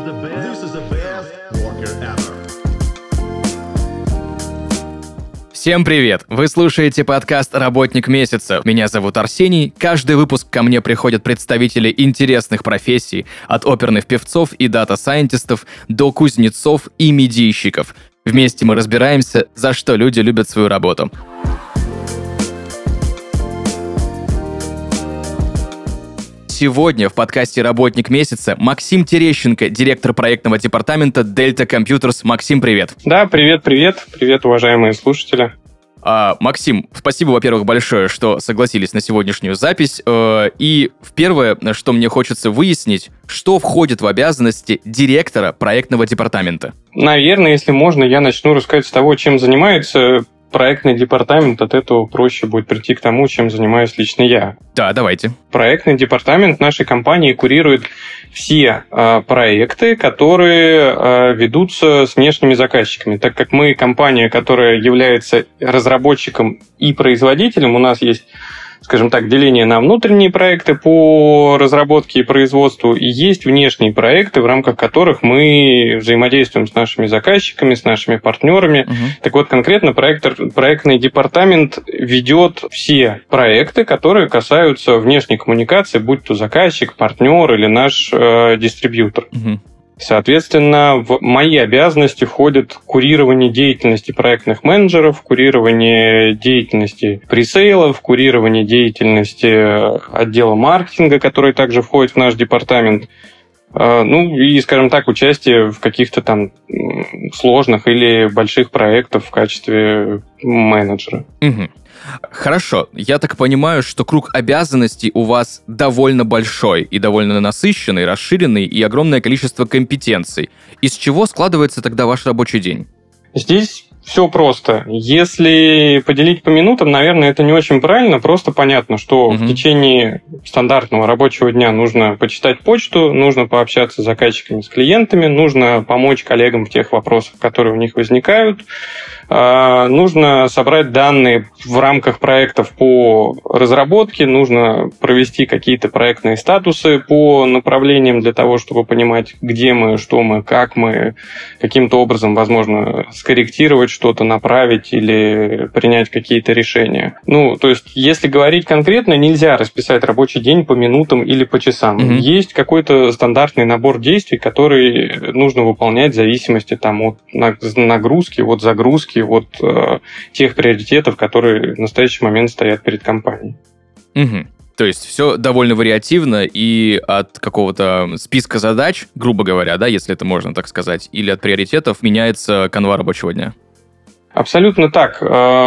the best worker ever. Всем привет! Вы слушаете подкаст «Работник месяца». Меня зовут Арсений. Каждый выпуск ко мне приходят представители интересных профессий, от оперных певцов и дата-сайентистов до кузнецов и медийщиков. Вместе мы разбираемся, за что люди любят свою работу. Сегодня в подкасте «Работник месяца» Максим Терещенко, директор проектного департамента Delta Computers. Максим, привет. Да, привет. Привет, уважаемые слушатели. Максим, спасибо, во-первых, большое, что согласились на сегодняшнюю запись. И первое, что мне хочется выяснить, что входит в обязанности директора проектного департамента? Наверное, если можно, я начну рассказать с того, чем занимается проектный департамент. От этого проще будет прийти к тому, чем занимаюсь лично я. Да, давайте. Проектный департамент нашей компании курирует все проекты, которые ведутся с внешними заказчиками. Так как мы компания, которая является разработчиком и производителем, у нас есть, скажем так, деление на внутренние проекты по разработке и производству, и есть внешние проекты, в рамках которых мы взаимодействуем с нашими заказчиками, с нашими партнерами. Так вот, конкретно проектный департамент ведет все проекты, которые касаются внешней коммуникации, будь то заказчик, партнер или наш дистрибьютор. Соответственно, в мои обязанности входит курирование деятельности проектных менеджеров, курирование деятельности пресейлов, курирование деятельности отдела маркетинга, который также входит в наш департамент. Ну и, скажем так, участие в каких-то там сложных или больших проектах в качестве менеджера. Хорошо, я так понимаю, что круг обязанностей у вас довольно большой и довольно насыщенный, расширенный и огромное количество компетенций. Из чего складывается тогда ваш рабочий день? Здесь все просто. Если поделить по минутам, наверное, это не очень правильно. Просто понятно, что в течение стандартного рабочего дня нужно почитать почту, нужно пообщаться с заказчиками, с клиентами, нужно помочь коллегам в тех вопросах, которые у них возникают. Нужно собрать данные в рамках проектов по разработке, нужно провести какие-то проектные статусы по направлениям для того, чтобы понимать, где мы, что мы, как мы, каким-то образом, возможно, скорректировать что-то, направить или принять какие-то решения. Ну, то есть, если говорить конкретно, нельзя расписать рабочий день по минутам или по часам. Есть какой-то стандартный набор действий, который нужно выполнять в зависимости там, от нагрузки, от загрузки, от тех приоритетов, которые в настоящий момент стоят перед компанией. То есть все довольно вариативно, и от какого-то списка задач, грубо говоря, да, если это можно так сказать, или от приоритетов меняется канва рабочего дня. Абсолютно так.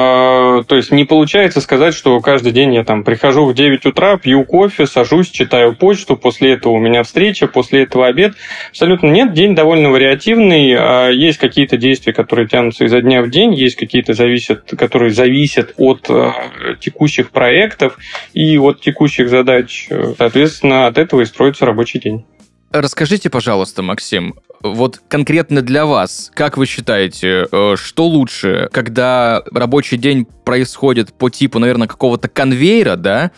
То есть не получается сказать, что каждый день я там прихожу в 9 утра, пью кофе, сажусь, читаю почту, после этого у меня встреча, после этого обед. Абсолютно нет. День довольно вариативный. Есть какие-то действия, которые тянутся изо дня в день, есть какие-то, которые зависят от текущих проектов и от текущих задач. Соответственно, от этого и строится рабочий день. Расскажите, пожалуйста, Максим, вот конкретно для вас, как вы считаете, что лучше, когда рабочий день происходит по типу, наверное, какого-то конвейера, да,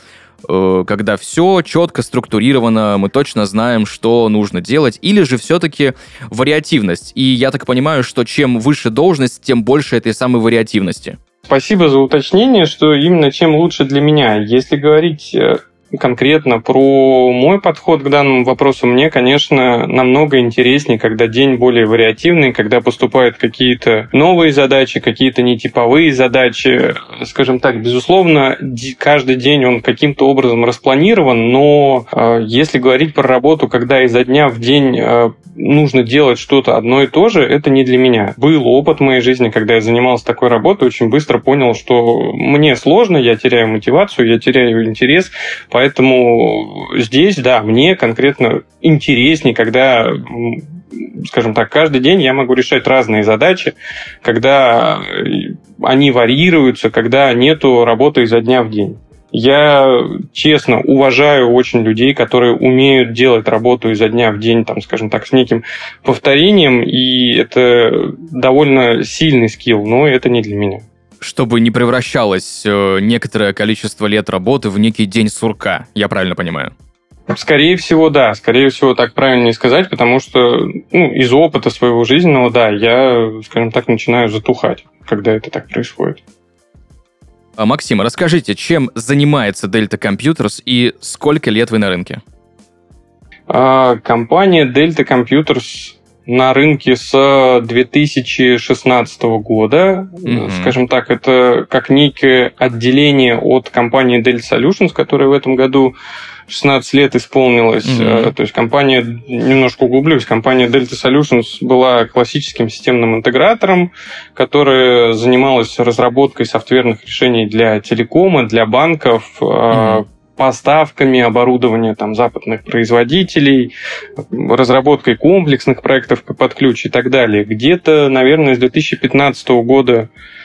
когда все четко структурировано, мы точно знаем, что нужно делать, или же все-таки вариативность? И я так понимаю, что чем выше должность, тем больше этой самой вариативности. Спасибо за уточнение, что именно чем лучше для меня. Если говорить конкретно про мой подход к данному вопросу, мне, конечно, намного интереснее, когда день более вариативный, когда поступают какие-то новые задачи, какие-то нетиповые задачи. Скажем так, безусловно, каждый день он каким-то образом распланирован, но если говорить про работу, когда изо дня в день нужно делать что-то одно и то же, это не для меня. Был опыт в моей жизни, когда я занимался такой работой, очень быстро понял, что мне сложно, я теряю мотивацию, я теряю интерес, поэтому здесь, да, мне конкретно интереснее, когда, скажем так, каждый день я могу решать разные задачи, когда они варьируются, когда нету работы изо дня в день. Я, честно, уважаю очень людей, которые умеют делать работу изо дня в день, там, скажем так, с неким повторением, и это довольно сильный скилл, но это не для меня. Чтобы не превращалось некоторое количество лет работы в некий день сурка, я правильно понимаю? Скорее всего, да. Скорее всего, так правильнее сказать, потому что из опыта своего жизненного, да, я, скажем так, начинаю затухать, когда это так происходит. Максим, расскажите, чем занимается Delta Computers и сколько лет вы на рынке? Компания Delta Computers на рынке с 2016 года. Скажем так, это как некое отделение от компании Delta Solutions, которая в этом году 16 лет исполнилась. То есть компания, немножко углублюсь, компания Delta Solutions была классическим системным интегратором, которая занималась разработкой софтверных решений для телекома, для банков, поставками оборудования западных производителей, разработкой комплексных проектов под ключ и так далее. Где-то, наверное, с 2015 года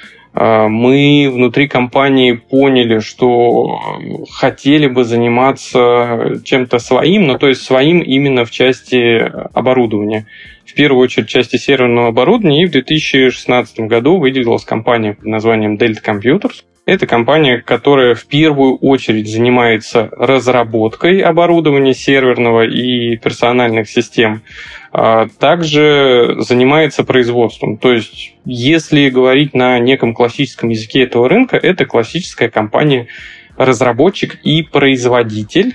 мы внутри компании поняли, что хотели бы заниматься чем-то своим, то есть своим именно в части оборудования. В первую очередь в части серверного оборудования, и в 2016 году выделилась компания под названием Delta Computers. Это компания, которая в первую очередь занимается разработкой оборудования серверного и персональных систем, также занимается производством. То есть, если говорить на неком классическом языке этого рынка, это классическая компания разработчик и производитель,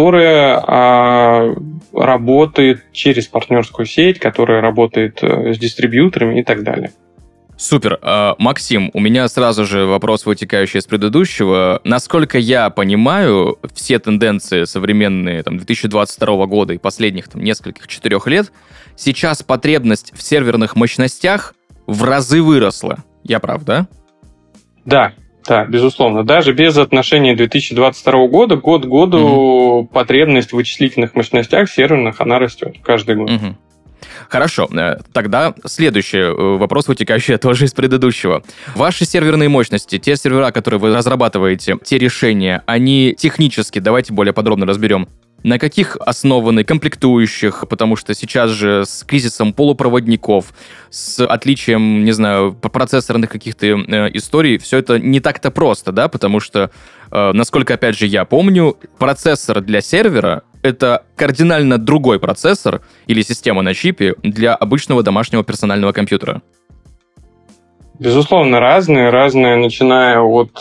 которая работает через партнерскую сеть, которая работает с дистрибьюторами и так далее. Супер. Максим, у меня сразу же вопрос, вытекающий из предыдущего. Насколько я понимаю, все тенденции современные 2022 года и последних нескольких 4 лет, сейчас потребность в серверных мощностях в разы выросла. Я прав, да? Да, безусловно. Даже без отношения 2022 года, год к году потребность в вычислительных мощностях серверных, она растет каждый год. Хорошо, тогда следующий вопрос, вытекающий тоже из предыдущего. Ваши серверные мощности, те сервера, которые вы разрабатываете, те решения, они технически, давайте более подробно разберем, на каких основаны комплектующих, потому что сейчас же с кризисом полупроводников, с отличием, не знаю, процессорных каких-то историй, все это не так-то просто, да, потому что, насколько, опять же, я помню, процессор для сервера — это кардинально другой процессор или система на чипе для обычного домашнего персонального компьютера. Безусловно, разные, начиная от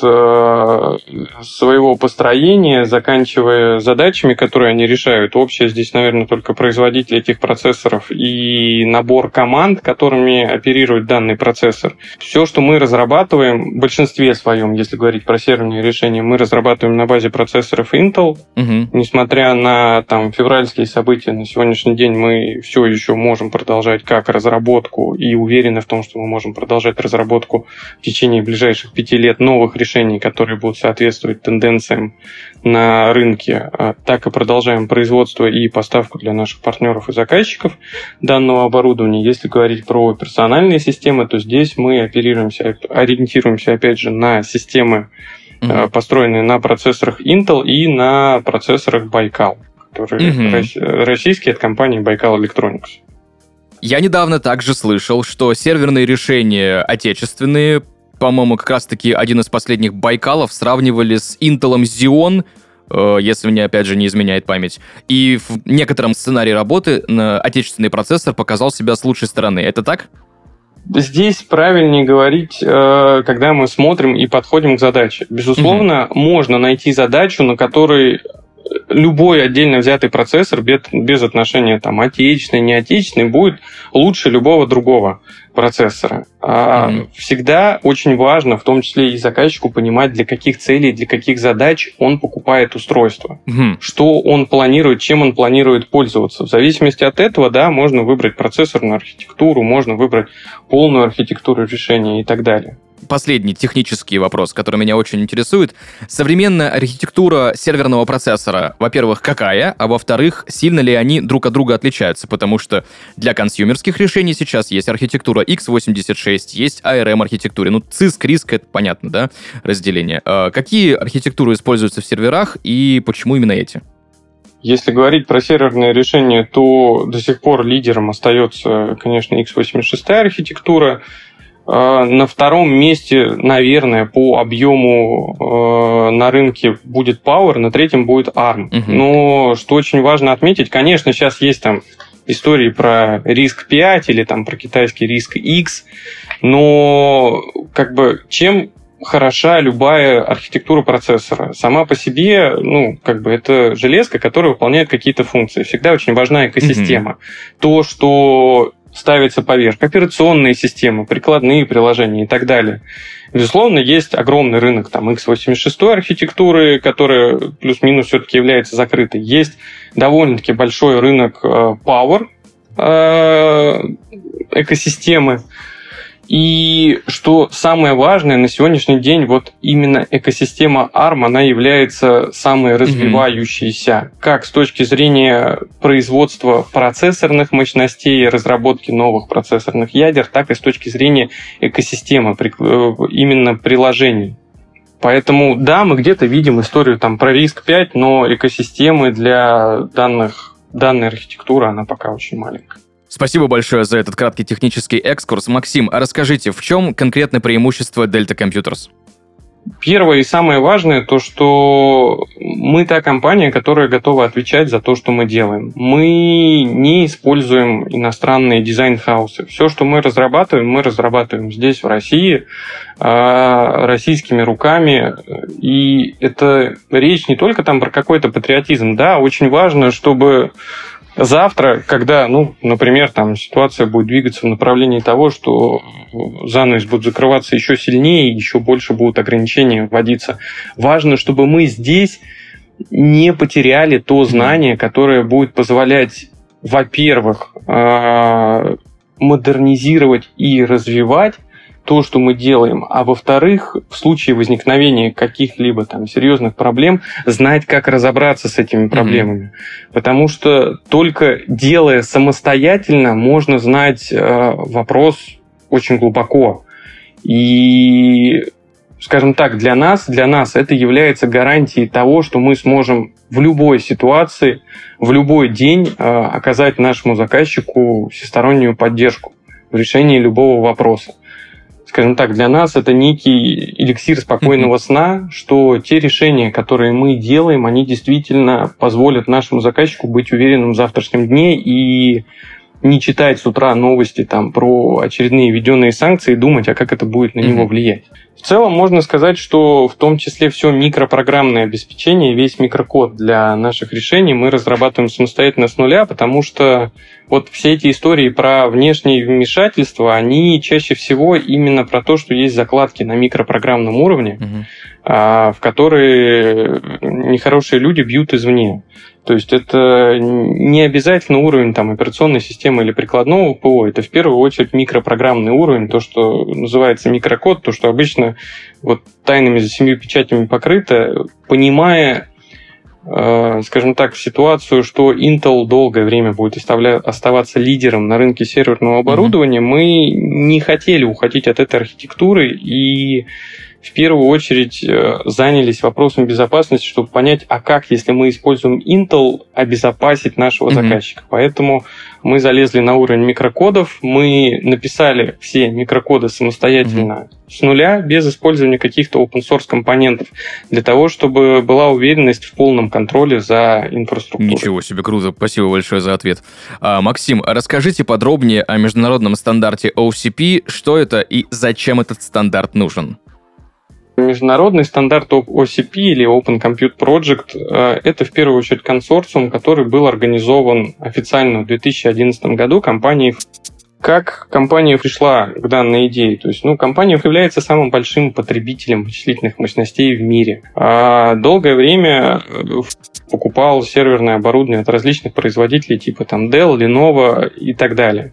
своего построения, заканчивая задачами, которые они решают. Общее здесь, наверное, только производитель этих процессоров и набор команд, которыми оперирует данный процессор. Все, что мы разрабатываем, в большинстве своем, если говорить про серверные решения, мы разрабатываем на базе процессоров Intel. Несмотря на февральские события, на сегодняшний день мы все еще можем продолжать как разработку и уверены в том, что мы можем продолжать разработку в течение ближайших 5 лет новых решений, которые будут соответствовать тенденциям на рынке, так и продолжаем производство и поставку для наших партнеров и заказчиков данного оборудования. Если говорить про персональные системы, то здесь мы ориентируемся опять же на системы, построенные на процессорах Intel и на процессорах Baikal, которые российские от компании Baikal Electronics. Я недавно также слышал, что серверные решения отечественные, по-моему, как раз-таки один из последних Байкалов сравнивали с Intel Xeon, если мне, опять же, не изменяет память. И в некотором сценарии работы отечественный процессор показал себя с лучшей стороны. Это так? Здесь правильнее говорить, когда мы смотрим и подходим к задаче. Безусловно, можно найти задачу, на которой любой отдельно взятый процессор без отношения отечественный, не отечественный, будет лучше любого другого процессора. Всегда очень важно, в том числе и заказчику, понимать, для каких целей, для каких задач он покупает устройство, что он планирует, чем он планирует пользоваться. В зависимости от этого, да, можно выбрать процессорную архитектуру, можно выбрать полную архитектуру решения и так далее. Последний технический вопрос, который меня очень интересует. Современная архитектура серверного процессора, во-первых, какая? А во-вторых, сильно ли они друг от друга отличаются? Потому что для консюмерских решений сейчас есть архитектура x86, есть ARM-архитектура. CISC, RISC — это понятно, да, разделение. Какие архитектуры используются в серверах и почему именно эти? Если говорить про серверные решения, то до сих пор лидером остается, конечно, x86 архитектура. На втором месте, наверное, по объему на рынке будет Power, на третьем будет ARM. Но что очень важно отметить, конечно, сейчас есть там истории про RISC-V или там про китайский RISC-X, но как бы чем хороша любая архитектура процессора? Сама по себе, это железка, которая выполняет какие-то функции. Всегда очень важна экосистема. То, что ставится поверх, операционные системы, прикладные приложения и так далее. Безусловно, есть огромный рынок там x86 архитектуры, которая плюс-минус все-таки является закрытой. Есть довольно-таки большой рынок Power экосистемы. И что самое важное, на сегодняшний день вот именно экосистема ARM, она является самой развивающейся, как с точки зрения производства процессорных мощностей, разработки новых процессорных ядер, так и с точки зрения экосистемы, именно приложений. Поэтому, да, мы где-то видим историю там про RISC-V, но экосистемы для данной архитектуры, она пока очень маленькая. Спасибо большое за этот краткий технический экскурс. Максим, а расскажите, в чем конкретное преимущество Delta Computers? Первое и самое важное, то, что мы та компания, которая готова отвечать за то, что мы делаем. Мы не используем иностранные дизайн-хаусы. Все, что мы разрабатываем здесь, в России, российскими руками. И это речь не только там про какой-то патриотизм. Да, очень важно, чтобы завтра, когда, например, там ситуация будет двигаться в направлении того, что занавес будет закрываться еще сильнее, еще больше будут ограничения вводиться, важно, чтобы мы здесь не потеряли то знание, которое будет позволять, во-первых, модернизировать и развивать то, что мы делаем, а во-вторых, в случае возникновения каких-либо там серьезных проблем, знать, как разобраться с этими проблемами. Потому что только делая самостоятельно, можно знать вопрос очень глубоко. И, скажем так, для нас это является гарантией того, что мы сможем в любой ситуации, в любой день оказать нашему заказчику всестороннюю поддержку в решении любого вопроса. Скажем так, для нас это некий эликсир спокойного сна, что те решения, которые мы делаем, они действительно позволят нашему заказчику быть уверенным в завтрашнем дне и не читать с утра новости там, про очередные введенные санкции и думать, а как это будет на него влиять. В целом можно сказать, что в том числе все микропрограммное обеспечение, весь микрокод для наших решений мы разрабатываем самостоятельно с нуля, потому что вот все эти истории про внешние вмешательства, они чаще всего именно про то, что есть закладки на микропрограммном уровне, в которые нехорошие люди бьют извне. То есть это не обязательно уровень там, операционной системы или прикладного ПО, это в первую очередь микропрограммный уровень, то, что называется микрокод, то, что обычно вот тайнами за 7 печатями покрыто, понимая, скажем так, ситуацию, что Intel долгое время будет оставаться лидером на рынке серверного оборудования, мы не хотели уходить от этой архитектуры и в первую очередь занялись вопросом безопасности, чтобы понять, а как, если мы используем Intel, обезопасить нашего заказчика. Поэтому мы залезли на уровень микрокодов, мы написали все микрокоды самостоятельно с нуля, без использования каких-то open-source компонентов, для того, чтобы была уверенность в полном контроле за инфраструктурой. Ничего себе, круто. Спасибо большое за ответ. Максим, расскажите подробнее о международном стандарте OCP, что это и зачем этот стандарт нужен? Международный стандарт OCP или Open Compute Project – это в первую очередь консорциум, который был организован официально в 2011 году компанией. Как компания пришла к данной идее? То есть, компания является самым большим потребителем вычислительных мощностей в мире. Долгое время покупал серверное оборудование от различных производителей, типа там Dell, Lenovo и так далее.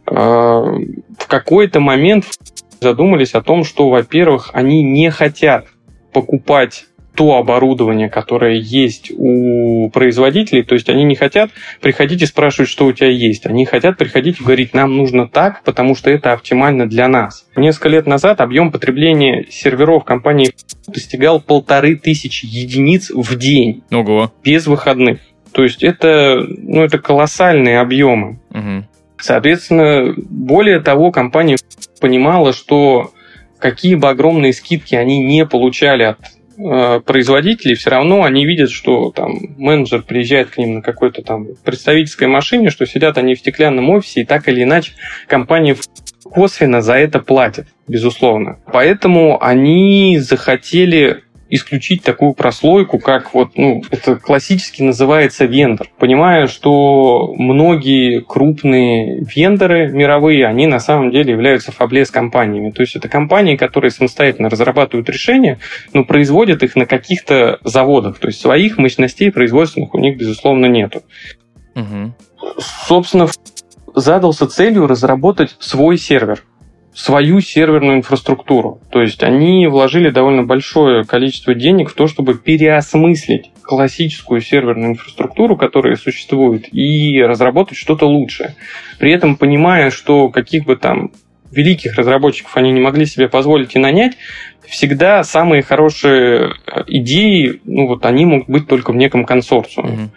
В какой-то момент задумались о том, что, во-первых, они не хотят покупать то оборудование, которое есть у производителей, то есть они не хотят приходить и спрашивать, что у тебя есть. Они хотят приходить и говорить, нам нужно так, потому что это оптимально для нас. Несколько лет назад объем потребления серверов компании достигал 1500 единиц в день. Ого. Без выходных. То есть это колоссальные объемы. Соответственно, более того, компания понимала, что какие бы огромные скидки они не получали от производителей, все равно они видят, что там менеджер приезжает к ним на какой-то там представительской машине, что сидят они в стеклянном офисе, и так или иначе компания косвенно за это платит, безусловно. Поэтому они захотели исключить такую прослойку, как это классически называется вендор. Понимая, что многие крупные вендоры мировые, они на самом деле являются фаблес-компаниями. То есть это компании, которые самостоятельно разрабатывают решения, но производят их на каких-то заводах. То есть своих мощностей производственных у них, безусловно, нету. Угу. Собственно, задался целью разработать свой сервер, свою серверную инфраструктуру. То есть они вложили довольно большое количество денег в то, чтобы переосмыслить классическую серверную инфраструктуру, которая существует, и разработать что-то лучшее. При этом понимая, что каких бы там великих разработчиков они не могли себе позволить и нанять, всегда самые хорошие идеи, они могут быть только в неком консорциуме. Mm-hmm.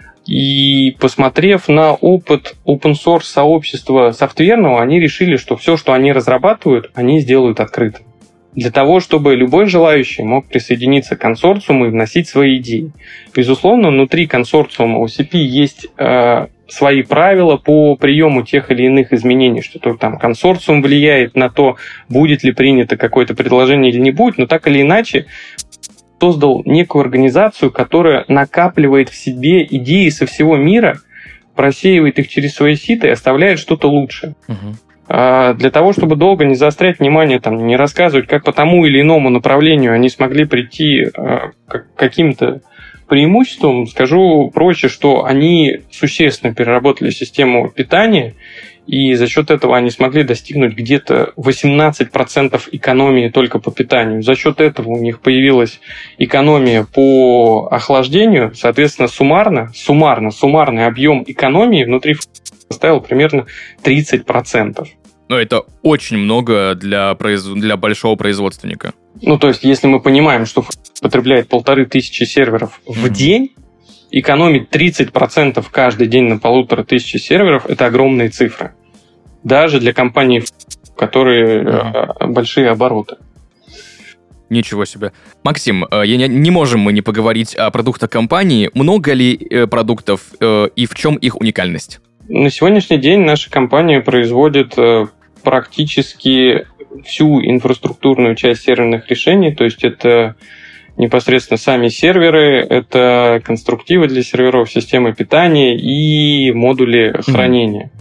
И посмотрев на опыт open-source сообщества софтверного, они решили, что все, что они разрабатывают, они сделают открыто. Для того, чтобы любой желающий мог присоединиться к консорциуму и вносить свои идеи. Безусловно, внутри консорциума OCP есть свои правила по приему тех или иных изменений, что там консорциум влияет на то, будет ли принято какое-то предложение или не будет, но так или иначе создал некую организацию, которая накапливает в себе идеи со всего мира, просеивает их через свои ситы и оставляет что-то лучшее. Для того, чтобы долго не заострять внимание, не рассказывать, как по тому или иному направлению они смогли прийти к каким-то преимуществам, скажу проще, что они существенно переработали систему питания, и за счет этого они смогли достигнуть где-то 18% экономии только по питанию. За счет этого у них появилась экономия по охлаждению. Соответственно, суммарный объем экономии внутри составил примерно 30%. Но это очень много для большого производственника. То есть, если мы понимаем, что потребляет 1500 серверов в день, экономить 30% каждый день на 1500 серверов – это огромные цифры. Даже для компаний, которые большие обороты. Ничего себе. Максим, не можем мы не поговорить о продуктах компании. Много ли продуктов и в чем их уникальность? На сегодняшний день наша компания производит практически всю инфраструктурную часть серверных решений. То есть это непосредственно сами серверы, это конструктивы для серверов, системы питания и модули хранения.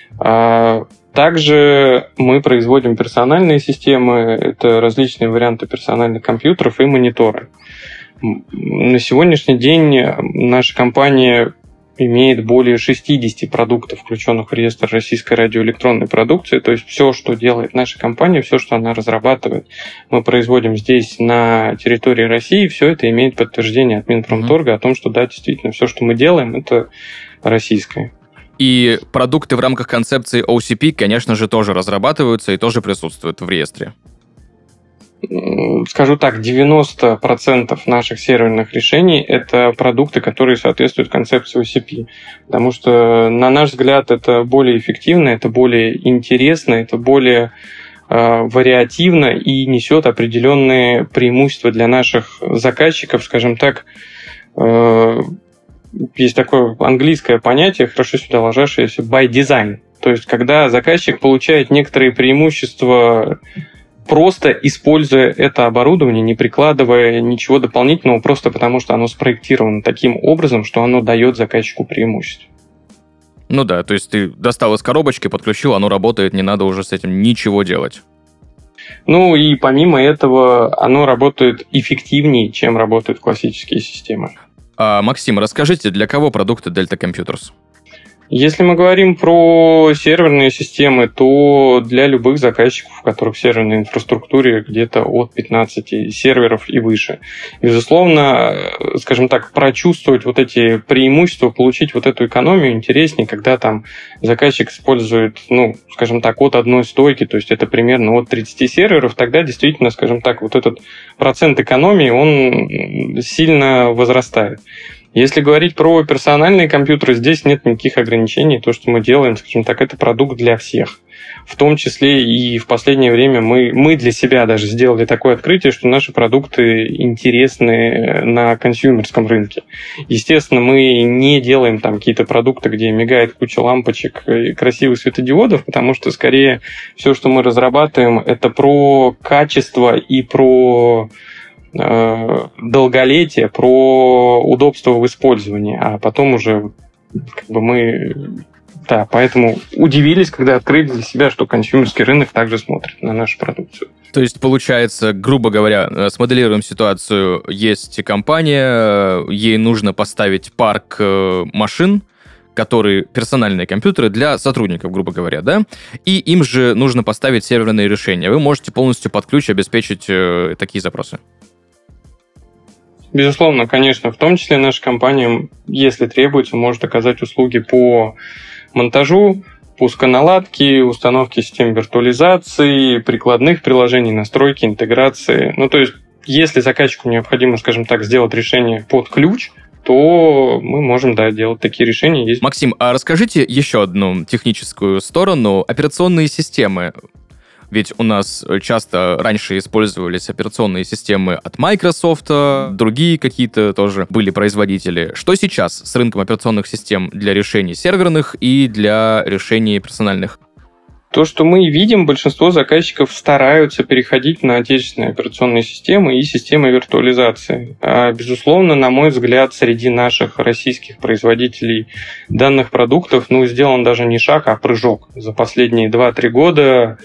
Также мы производим персональные системы, это различные варианты персональных компьютеров и мониторы. На сегодняшний день наша компания имеет более 60 продуктов, включенных в реестр российской радиоэлектронной продукции. То есть все, что делает наша компания, все, что она разрабатывает, мы производим здесь, на территории России. Все это имеет подтверждение от Минпромторга о том, что да, действительно, все, что мы делаем, это российское. И продукты в рамках концепции OCP, конечно же, тоже разрабатываются и тоже присутствуют в реестре. Скажу так, 90% наших серверных решений – это продукты, которые соответствуют концепции OCP. Потому что, на наш взгляд, это более эффективно, это более интересно, это более вариативно и несет определенные преимущества для наших заказчиков, скажем так. Есть такое английское понятие, хорошо сюда ложащееся, by design. То есть, когда заказчик получает некоторые преимущества, просто используя это оборудование, не прикладывая ничего дополнительного, просто потому что оно спроектировано таким образом, что оно дает заказчику преимущество. Ну да, то есть ты достал из коробочки, подключил, оно работает, не надо уже с этим ничего делать. И помимо этого, оно работает эффективнее, чем работают классические системы. Максим, расскажите, для кого продукты Delta Computers? Если мы говорим про серверные системы, то для любых заказчиков, у которых в серверной инфраструктуре где-то от 15 серверов и выше. Безусловно, скажем так, прочувствовать вот эти преимущества, получить вот эту экономию интереснее, когда там заказчик использует, скажем так, от одной стойки, то есть это примерно от 30 серверов, тогда действительно, скажем так, вот этот процент экономии, он сильно возрастает. Если говорить про персональные компьютеры, здесь нет никаких ограничений. То, что мы делаем, скажем так, это продукт для всех. В том числе и в последнее время мы для себя даже сделали такое открытие, что наши продукты интересны на консюмерском рынке. Естественно, мы не делаем там какие-то продукты, где мигает куча лампочек и красивых светодиодов, потому что скорее все, что мы разрабатываем, это про качество и про долголетие, про удобство в использовании, а потом уже Да, поэтому удивились, когда открыли для себя, что консюмерский рынок также смотрит на нашу продукцию. То есть, получается, грубо говоря, смоделируем ситуацию, есть компания, ей нужно поставить парк машин, которые персональные компьютеры для сотрудников, грубо говоря, да? И им же нужно поставить серверные решения. Вы можете полностью под ключ обеспечить такие запросы. Безусловно, конечно, в том числе наша компания, если требуется, может оказать услуги по монтажу, пусконаладке, установке систем виртуализации, прикладных приложений, настройки, интеграции. То есть, если заказчику необходимо, скажем так, сделать решение под ключ, то мы можем, делать такие решения. Максим, а расскажите еще одну техническую сторону. Операционные системы. Ведь у нас часто раньше использовались операционные системы от Microsoft, другие какие-то тоже были производители. Что сейчас с рынком операционных систем для решений серверных и для решений персональных? То, что мы видим, большинство заказчиков стараются переходить на отечественные операционные системы и системы виртуализации. Безусловно, на мой взгляд, среди наших российских производителей данных продуктов сделан даже не шаг, а прыжок. За последние 2-3 года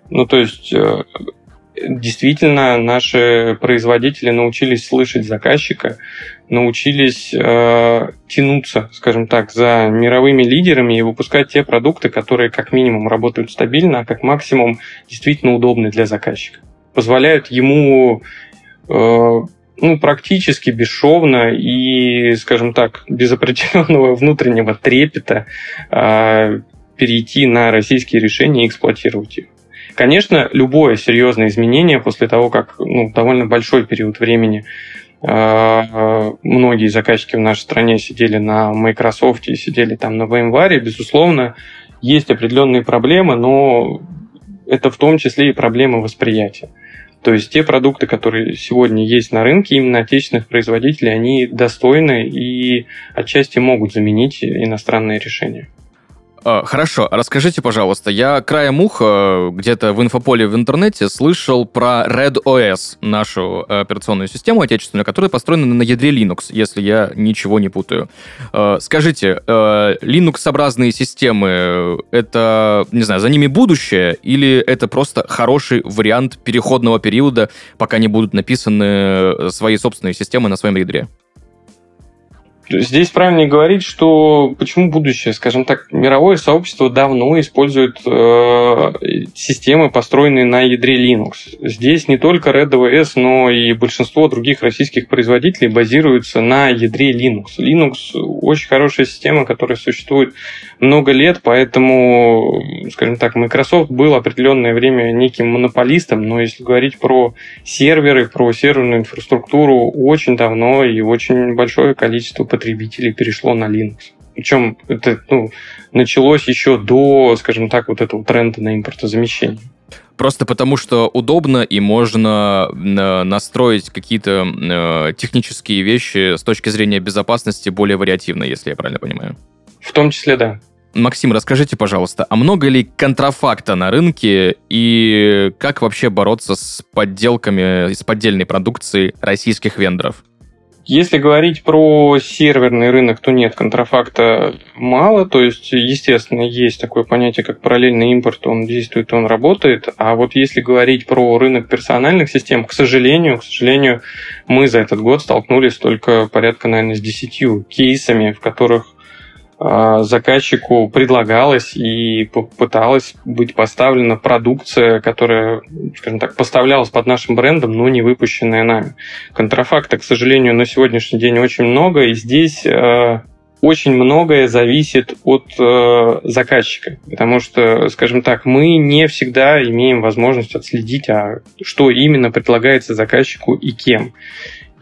действительно, наши производители научились слышать заказчика, научились тянуться, скажем так, за мировыми лидерами и выпускать те продукты, которые как минимум работают стабильно, а как максимум действительно удобны для заказчика. Позволяют ему практически бесшовно и, скажем так, без определенного внутреннего трепета перейти на российские решения и эксплуатировать их. Конечно, любое серьезное изменение после того, как довольно большой период времени многие заказчики в нашей стране сидели на Microsoft и сидели там на VMware, безусловно, есть определенные проблемы, но это в том числе и проблемы восприятия. То есть те продукты, которые сегодня есть на рынке, именно отечественных производителей, они достойны и отчасти могут заменить иностранные решения. Хорошо, расскажите, пожалуйста, я краем уха где-то в инфополе в интернете слышал про Red OS, нашу операционную систему отечественную, которая построена на ядре Linux, если я ничего не путаю. Скажите, Linux-образные системы, это, не знаю, за ними будущее, или это просто хороший вариант переходного периода, пока не будут написаны свои собственные системы на своем ядре? Здесь правильнее говорить, что почему будущее? Скажем так, мировое сообщество давно использует системы, построенные на ядре Linux. Здесь не только Red OS, но и большинство других российских производителей базируются на ядре Linux. Linux очень хорошая система, которая существует много лет, поэтому, скажем так, Microsoft был определенное время неким монополистом, но если говорить про серверы, про серверную инфраструктуру, очень давно и очень большое количество потребителей перешло на Linux. Причем это началось еще до, скажем так, вот этого тренда на импортозамещение. Просто потому, что удобно и можно настроить какие-то технические вещи с точки зрения безопасности более вариативно, если я правильно понимаю. В том числе, да. Максим, расскажите, пожалуйста, а много ли контрафакта на рынке и как вообще бороться с подделками, с поддельной продукцией российских вендоров? Если говорить про серверный рынок, то нет, контрафакта мало. То есть, естественно, есть такое понятие, как параллельный импорт, он действует, он работает. А вот если говорить про рынок персональных систем, к сожалению, мы за этот год столкнулись только порядка, наверное, с 10 кейсами, в которых заказчику предлагалась и попыталась быть поставлена продукция, которая, скажем так, поставлялась под нашим брендом, но не выпущенная нами. Контрафакта, к сожалению, на сегодняшний день очень много, и здесь очень многое зависит от заказчика, потому что, скажем так, мы не всегда имеем возможность отследить, что именно предлагается заказчику и кем.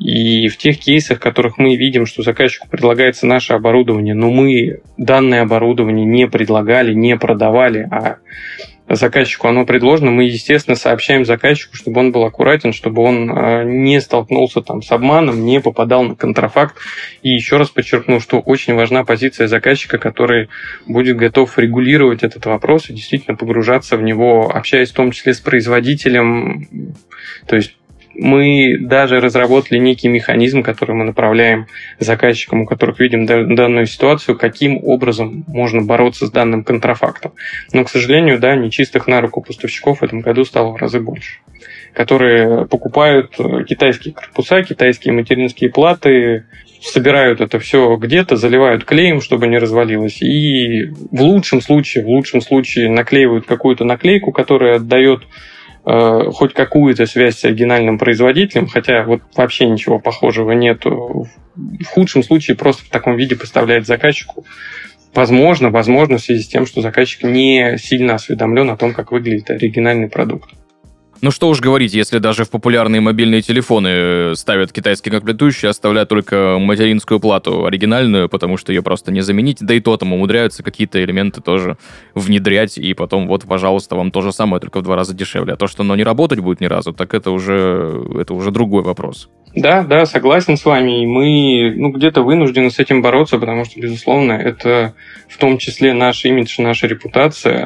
И в тех кейсах, в которых мы видим, что заказчику предлагается наше оборудование, но мы данное оборудование не предлагали, не продавали, а заказчику оно предложено, мы, естественно, сообщаем заказчику, чтобы он был аккуратен, чтобы он не столкнулся там с обманом, не попадал на контрафакт. И еще раз подчеркну, что очень важна позиция заказчика, который будет готов регулировать этот вопрос и действительно погружаться в него, общаясь в том числе с производителем. То есть мы даже разработали некий механизм, который мы направляем заказчикам, у которых видим данную ситуацию, каким образом можно бороться с данным контрафактом. Но, к сожалению, да, нечистых на руку поставщиков в этом году стало в разы больше, которые покупают китайские корпуса, китайские материнские платы, собирают это все где-то, заливают клеем, чтобы не развалилось, и в лучшем случае наклеивают какую-то наклейку, которая отдает хоть какую-то связь с оригинальным производителем, хотя вот вообще ничего похожего нет. В худшем случае просто в таком виде поставляет заказчику. Возможно, в связи с тем, что заказчик не сильно осведомлен о том, как выглядит оригинальный продукт. Ну что уж говорить, если даже в популярные мобильные телефоны ставят китайские комплектующие, оставляют только материнскую плату оригинальную, потому что ее просто не заменить, да и то там умудряются какие-то элементы тоже внедрять, и потом вот, пожалуйста, вам то же самое, только в 2 раза дешевле. А то, что оно не работать будет ни разу, так это уже другой вопрос. Да, согласен с вами, и мы где-то вынуждены с этим бороться, потому что, безусловно, это в том числе наш имидж, наша репутация.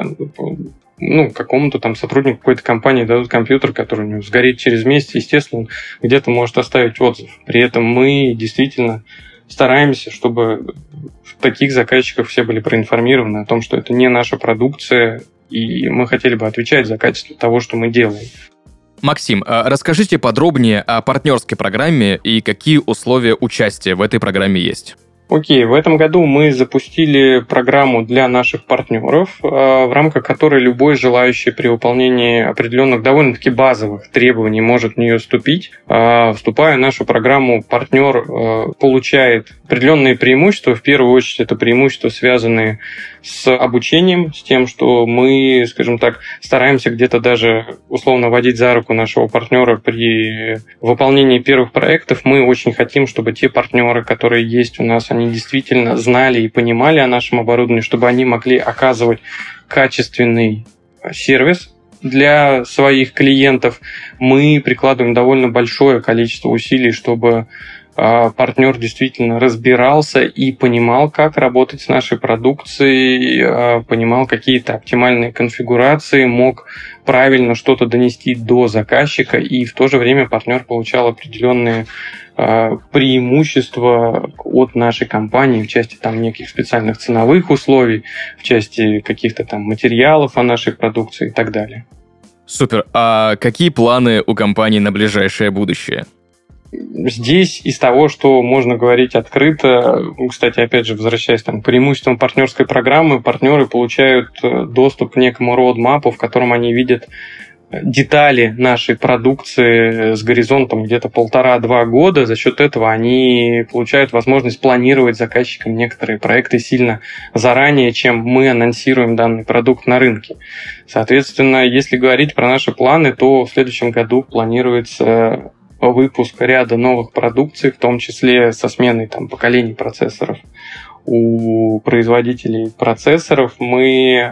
Какому-то там сотруднику какой-то компании дадут компьютер, который у него сгорит через месяц, естественно, он где-то может оставить отзыв. При этом мы действительно стараемся, чтобы таких заказчиков все были проинформированы о том, что это не наша продукция, и мы хотели бы отвечать за качество того, что мы делаем. Максим, расскажите подробнее о партнерской программе и какие условия участия в этой программе есть. Окей, в этом году мы запустили программу для наших партнеров, в рамках которой любой желающий при выполнении определенных довольно-таки базовых требований может в нее вступить. Вступая в нашу программу, партнер получает определенные преимущества. В первую очередь это преимущества, связанные с обучением, с тем, что мы, скажем так, стараемся где-то даже условно водить за руку нашего партнера при выполнении первых проектов. Мы очень хотим, чтобы те партнеры, которые есть у нас, они действительно знали и понимали о нашем оборудовании, чтобы они могли оказывать качественный сервис для своих клиентов. Мы прикладываем довольно большое количество усилий, чтобы партнер действительно разбирался и понимал, как работать с нашей продукцией, понимал какие-то оптимальные конфигурации, мог правильно что-то донести до заказчика, и в то же время партнер получал определенные преимущества от нашей компании в части там неких специальных ценовых условий, в части каких-то там материалов о нашей продукции и так далее. Супер. А какие планы у компании на ближайшее будущее? Здесь из того, что можно говорить открыто, кстати, опять же, возвращаясь к преимуществам партнерской программы, партнеры получают доступ к некому роудмапу, в котором они видят детали нашей продукции с горизонтом где-то 1,5-2 года. За счет этого они получают возможность планировать заказчикам некоторые проекты сильно заранее, чем мы анонсируем данный продукт на рынке. Соответственно, если говорить про наши планы, то в следующем году планируется выпуск ряда новых продукций, в том числе со сменой поколений процессоров у производителей процессоров. Мы,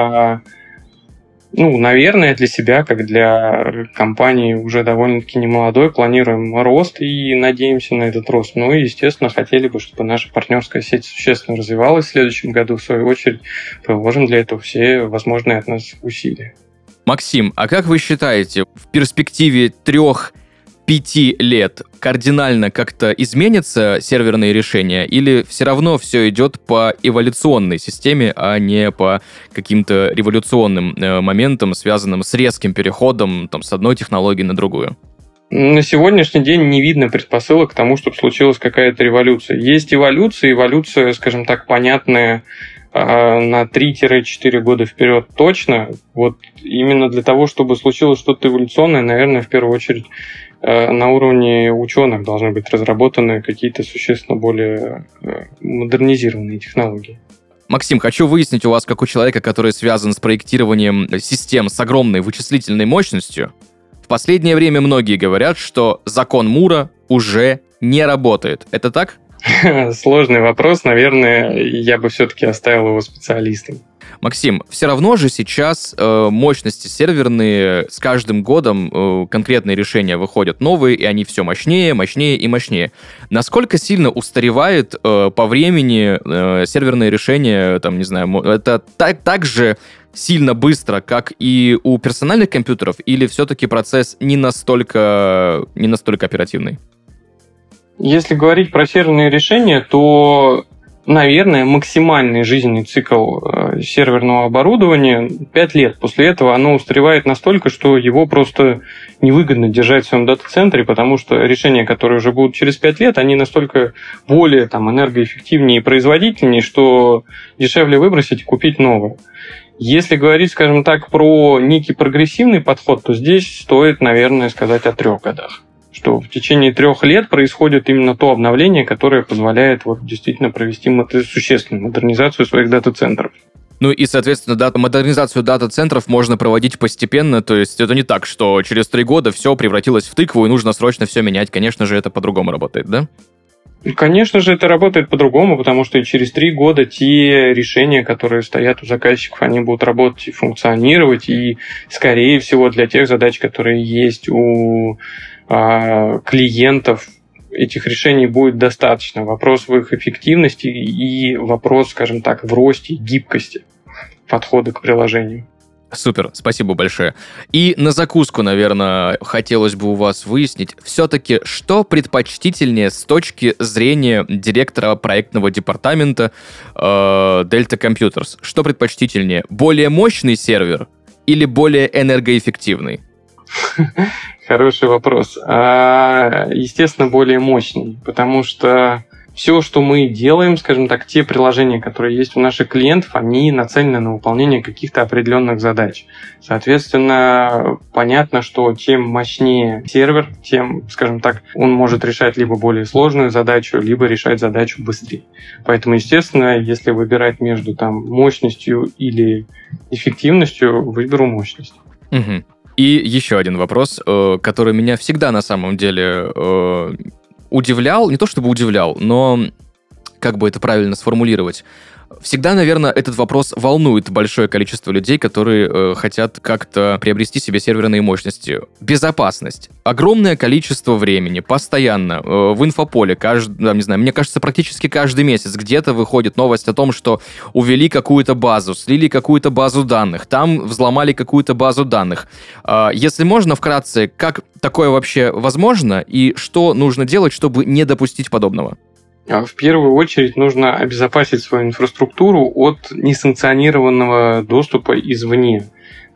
наверное, для себя, как для компании уже довольно-таки немолодой, планируем рост и надеемся на этот рост. Ну и, естественно, хотели бы, чтобы наша партнерская сеть существенно развивалась в следующем году. В свою очередь, приложим для этого все возможные от нас усилия. Максим, а как вы считаете, в перспективе 3-5 лет кардинально как-то изменятся серверные решения, или все равно все идет по эволюционной системе, а не по каким-то революционным моментам, связанным с резким переходом с одной технологии на другую? На сегодняшний день не видно предпосылок к тому, чтобы случилась какая-то революция. Есть эволюция, скажем так, понятная на 3-4 года вперед точно. Вот именно для того, чтобы случилось что-то эволюционное, наверное, в первую очередь на уровне ученых должны быть разработаны какие-то существенно более модернизированные технологии. Максим, хочу выяснить у вас, как у человека, который связан с проектированием систем с огромной вычислительной мощностью, В последнее время многие говорят, что закон Мура уже не работает. Это так? Сложный вопрос. Наверное, я бы все-таки оставил его специалистам. Максим, все равно же сейчас мощности серверные с каждым годом конкретные решения выходят новые, и они все мощнее, мощнее и мощнее. Насколько сильно устаревает по времени серверные решения, там, не знаю, это так же сильно быстро, как и у персональных компьютеров, или все-таки процесс не настолько оперативный? Если говорить про серверные решения, то, наверное, максимальный жизненный цикл серверного оборудования 5 лет. После этого оно устаревает настолько, что его просто невыгодно держать в своем дата-центре, потому что решения, которые уже будут через 5 лет, они настолько более энергоэффективнее и производительнее, что дешевле выбросить и купить новое. Если говорить, скажем так, про некий прогрессивный подход, то здесь стоит, наверное, сказать о 3 годах. Что в течение 3 лет происходит именно то обновление, которое позволяет действительно провести существенную модернизацию своих дата-центров. Ну и, соответственно, модернизацию дата-центров можно проводить постепенно, то есть это не так, что через 3 года все превратилось в тыкву и нужно срочно все менять. Конечно же, это по-другому работает, да? Конечно же, это работает по-другому, потому что и через 3 года те решения, которые стоят у заказчиков, они будут работать и функционировать, и, скорее всего, для тех задач, которые есть у клиентов, этих решений будет достаточно. Вопрос в их эффективности и вопрос, скажем так, в росте, гибкости подхода к приложению. Супер, спасибо большое. И на закуску, наверное, хотелось бы у вас выяснить, все-таки, что предпочтительнее с точки зрения директора проектного департамента Delta Computers? Что предпочтительнее, более мощный сервер или более энергоэффективный? Хороший вопрос. Естественно, более мощный, потому что все, что мы делаем, скажем так, те приложения, которые есть у наших клиентов, они нацелены на выполнение каких-то определенных задач. Соответственно, понятно, что чем мощнее сервер, тем, скажем так, он может решать либо более сложную задачу, либо решать задачу быстрее. Поэтому, естественно, если выбирать между мощностью или эффективностью, выберу мощность. Угу. И еще один вопрос, который меня всегда на самом деле удивлял, не то чтобы удивлял, но как бы это правильно сформулировать. Всегда, наверное, этот вопрос волнует большое количество людей, которые хотят как-то приобрести себе серверные мощности. Безопасность. Огромное количество времени, постоянно, в инфополе, мне кажется, практически каждый месяц где-то выходит новость о том, что увели какую-то базу, слили какую-то базу данных, там взломали какую-то базу данных. Если можно, вкратце, как такое вообще возможно и что нужно делать, чтобы не допустить подобного? В первую очередь нужно обезопасить свою инфраструктуру от несанкционированного доступа извне.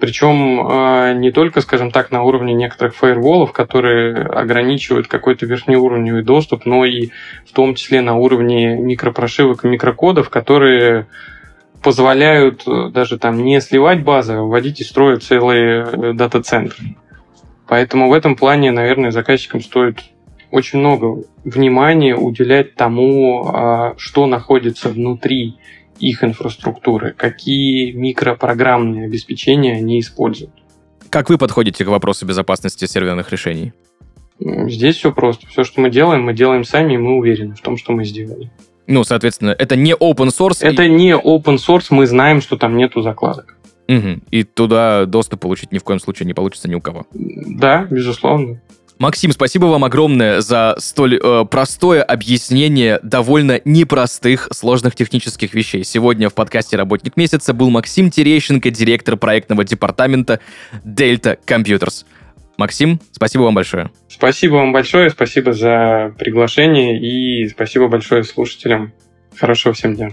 Причем не только, скажем так, на уровне некоторых фаерволов, которые ограничивают какой-то верхнеуровневый доступ, но и в том числе на уровне микропрошивок и микрокодов, которые позволяют даже не сливать базы, а вводить из строя целые дата-центры. Поэтому в этом плане, наверное, заказчикам стоит очень много внимания уделять тому, что находится внутри их инфраструктуры, какие микропрограммные обеспечения они используют. Как вы подходите к вопросу безопасности серверных решений? Здесь все просто. Все, что мы делаем сами, и мы уверены в том, что мы сделали. Соответственно, это не open source? Это не open source, мы знаем, что там нету закладок. Угу. И туда доступ получить ни в коем случае не получится ни у кого? Да, безусловно. Максим, спасибо вам огромное за столь простое объяснение довольно непростых, сложных технических вещей. Сегодня в подкасте «Работник месяца» был Максим Терещенко, директор проектного департамента Delta Computers. Максим, спасибо вам большое. Спасибо вам большое, спасибо за приглашение и спасибо большое слушателям. Хорошего всем дня.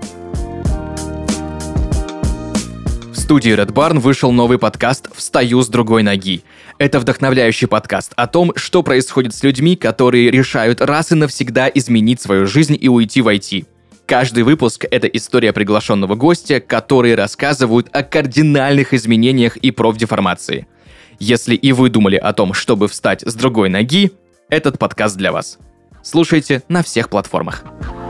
В студии Red Barn вышел новый подкаст «Встаю с другой ноги». Это вдохновляющий подкаст о том, что происходит с людьми, которые решают раз и навсегда изменить свою жизнь и уйти в IT. Каждый выпуск — это история приглашенного гостя, которые рассказывают о кардинальных изменениях и профдеформации. Если и вы думали о том, чтобы встать с другой ноги, этот подкаст для вас. Слушайте на всех платформах.